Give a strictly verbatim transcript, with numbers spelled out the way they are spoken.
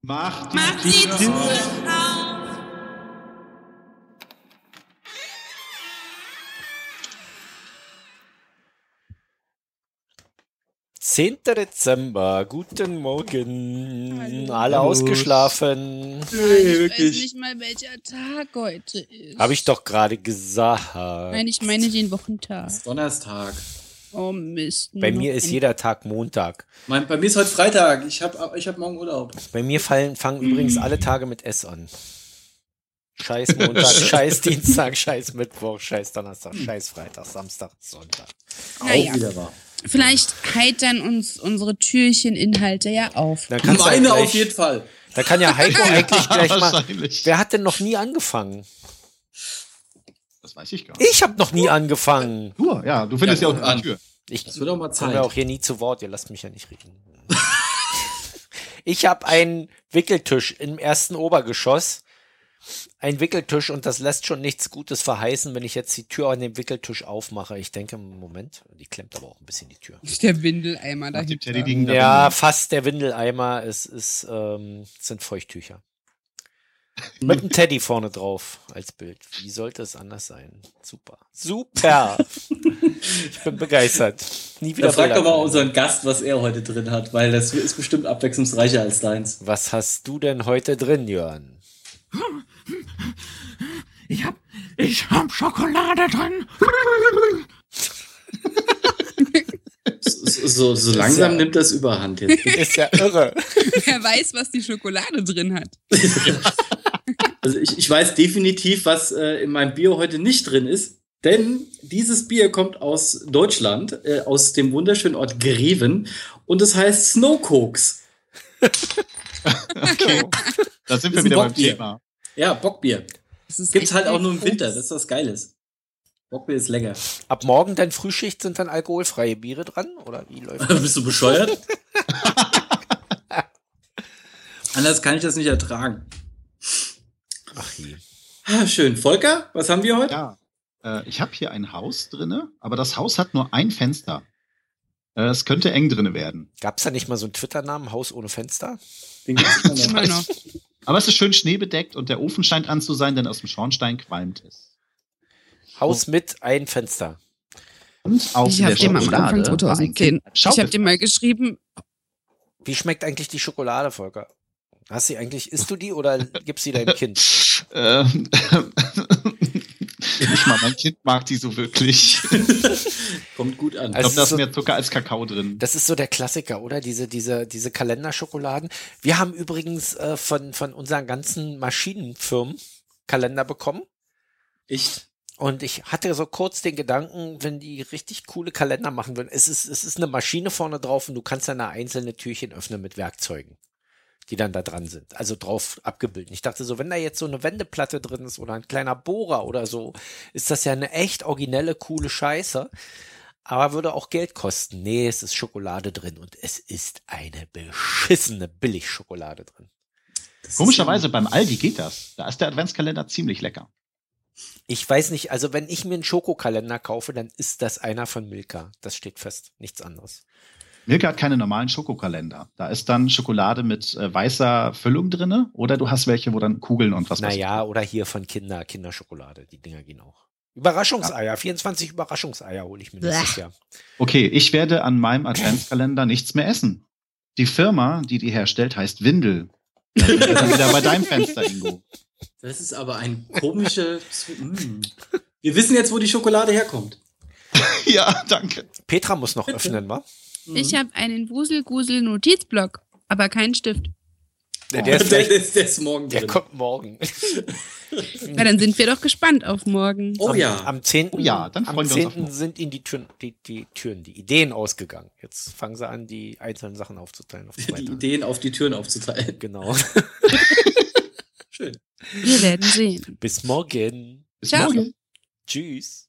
Mach die, Mach die Tür Tür auf. auf. zehnter Dezember, guten Morgen. Hallo. Alle Servus. ausgeschlafen. Ich weiß nicht mal, welcher Tag heute ist. Habe ich doch gerade gesagt. Nein, ich meine den Wochentag. Es ist Donnerstag. Oh Mist. Bei nur mir noch ist ein- jeder Tag Montag. Mein, bei mir ist heute Freitag. Ich habe ich hab morgen Urlaub. Bei mir fallen, fangen übrigens alle Tage mit S an. Scheiß Montag, scheiß Dienstag, scheiß Mittwoch, scheiß Donnerstag, scheiß Freitag, Samstag, Sonntag. Naja, Auch wieder wahr. vielleicht heitern uns unsere Türcheninhalte ja auf. Dann kannst du Meine ja auf gleich, jeden Fall. Da kann ja Heiko eigentlich gleich mal. Wahrscheinlich. Wer hat denn noch nie angefangen? Das weiß ich gar nicht. Ich habe noch nie angefangen. Du, ja, du findest Ja, ja, guck auch die an. Tür. Ich Das wird auch mal komme Zeit. auch hier nie zu Wort, ihr lasst mich ja nicht reden. Ich habe einen Wickeltisch im ersten Obergeschoss. Ein Wickeltisch und das lässt schon nichts Gutes verheißen, wenn ich jetzt die Tür an dem Wickeltisch aufmache. Ich denke, Moment, die klemmt aber auch ein bisschen die Tür. Der Windeleimer Nach dem Teddy dahinter. liegen da Ja, drin. fast der Windeleimer. Es ist, ähm, es sind Feuchttücher. Mit einem Teddy vorne drauf als Bild. Wie sollte es anders sein? Super. Super! Ich bin begeistert. Nie wieder Da frag doch Bilder. mal unseren Gast, was er heute drin hat, weil das ist bestimmt abwechslungsreicher als deins. Was hast du denn heute drin, Jörn? Ich hab, ich hab Schokolade drin. So, so, so langsam ja- nimmt das Überhand jetzt. Ist ja irre. Wer weiß, was die Schokolade drin hat. Also ich, ich weiß definitiv, was äh, in meinem Bier heute nicht drin ist, denn dieses Bier kommt aus Deutschland, äh, aus dem wunderschönen Ort Greven und es heißt Snowcokes. Okay. Da sind wir Ist ein wieder beim Bockbier. Thema. Ja, Bockbier. Das ist Gibt's echt halt auch ein nur im Koks. Winter, das ist was Geiles. Bockbier ist lecker. Ab morgen dann Frühschicht sind dann alkoholfreie Biere dran? Oder wie läuft das? Bist du bescheuert? Anders kann ich das nicht ertragen. Ach je. Ah, schön. Volker, was haben wir heute? Ja, äh, ich habe hier ein Haus drinne, aber das Haus hat nur ein Fenster. Äh, es könnte eng drinne werden. Gab's da nicht mal so einen Twitter-Namen, Haus ohne Fenster? Den gibt's immer noch. Immer noch. Aber es ist schön schneebedeckt und der Ofen scheint an zu sein, denn aus dem Schornstein qualmt es. Haus mit ein Fenster. Und auf Ich der habe dir mal am Schokolade Anfang war ein zweitausendzehn. Kind- Ich habe dir mal geschrieben, Wie schmeckt eigentlich die Schokolade, Volker? Hast sie eigentlich, isst du die oder gibst sie deinem Kind? Ähm, Nicht mal mein Kind mag die so wirklich. Kommt gut an. Ich Also glaube, da ist so- mehr Zucker als Kakao drin. Das ist so der Klassiker, oder? Diese, diese, diese Kalenderschokoladen. Wir haben übrigens äh, von, von unseren ganzen Maschinenfirmen Kalender bekommen. Echt? Und ich hatte so kurz den Gedanken, wenn die richtig coole Kalender machen würden. Es ist, es ist eine Maschine vorne drauf und du kannst dann da einzelne Türchen öffnen mit Werkzeugen, die dann da dran sind. Also drauf abgebildet. Ich dachte so, wenn da jetzt so eine Wendeplatte drin ist oder ein kleiner Bohrer oder so, ist das ja eine echt originelle, coole Scheiße. Aber würde auch Geld kosten. Nee, es ist Schokolade drin und es ist eine beschissene Billigschokolade drin. Das Komischerweise beim Aldi geht das. Da ist der Adventskalender ziemlich lecker. Ich weiß nicht, also wenn ich mir einen Schokokalender kaufe, dann ist das einer von Milka. Das steht fest, nichts anderes. Milka hat keine normalen Schokokalender. Da ist dann Schokolade mit äh, weißer Füllung drinne oder du hast welche, wo dann Kugeln und was Naja, oder hier von Kinder, Kinderschokolade. Die Dinger gehen auch. Überraschungseier, vierundzwanzig Überraschungseier hole ich mir nächstes Jahr. Okay, ich werde an meinem Adventskalender nichts mehr essen. Die Firma, die die herstellt, heißt Windel. Da sind wir dann wieder bei deinem Fenster, Ingo. Das ist aber ein komischer. Mm. Wir wissen jetzt, wo die Schokolade herkommt. Ja, danke. Petra muss noch öffnen, wa? ich habe einen Wusel-Gusel-Notizblock, aber keinen Stift. Der, Der, der, ist der, vielleicht, ist, der ist morgen der drin. kommt morgen. Ja, dann sind wir doch gespannt auf morgen. Oh am, ja. Am zehnten Oh ja, dann am freuen wir uns auf zehnten sind ihnen die Türen, die, die Türen, die Ideen ausgegangen. Jetzt fangen sie an, die einzelnen Sachen aufzuteilen auf zwei Die Tage. Ideen auf die Türen aufzuteilen. Genau. Schön. Wir werden sehen. Bis morgen. Bis Ciao. morgen. Tschüss.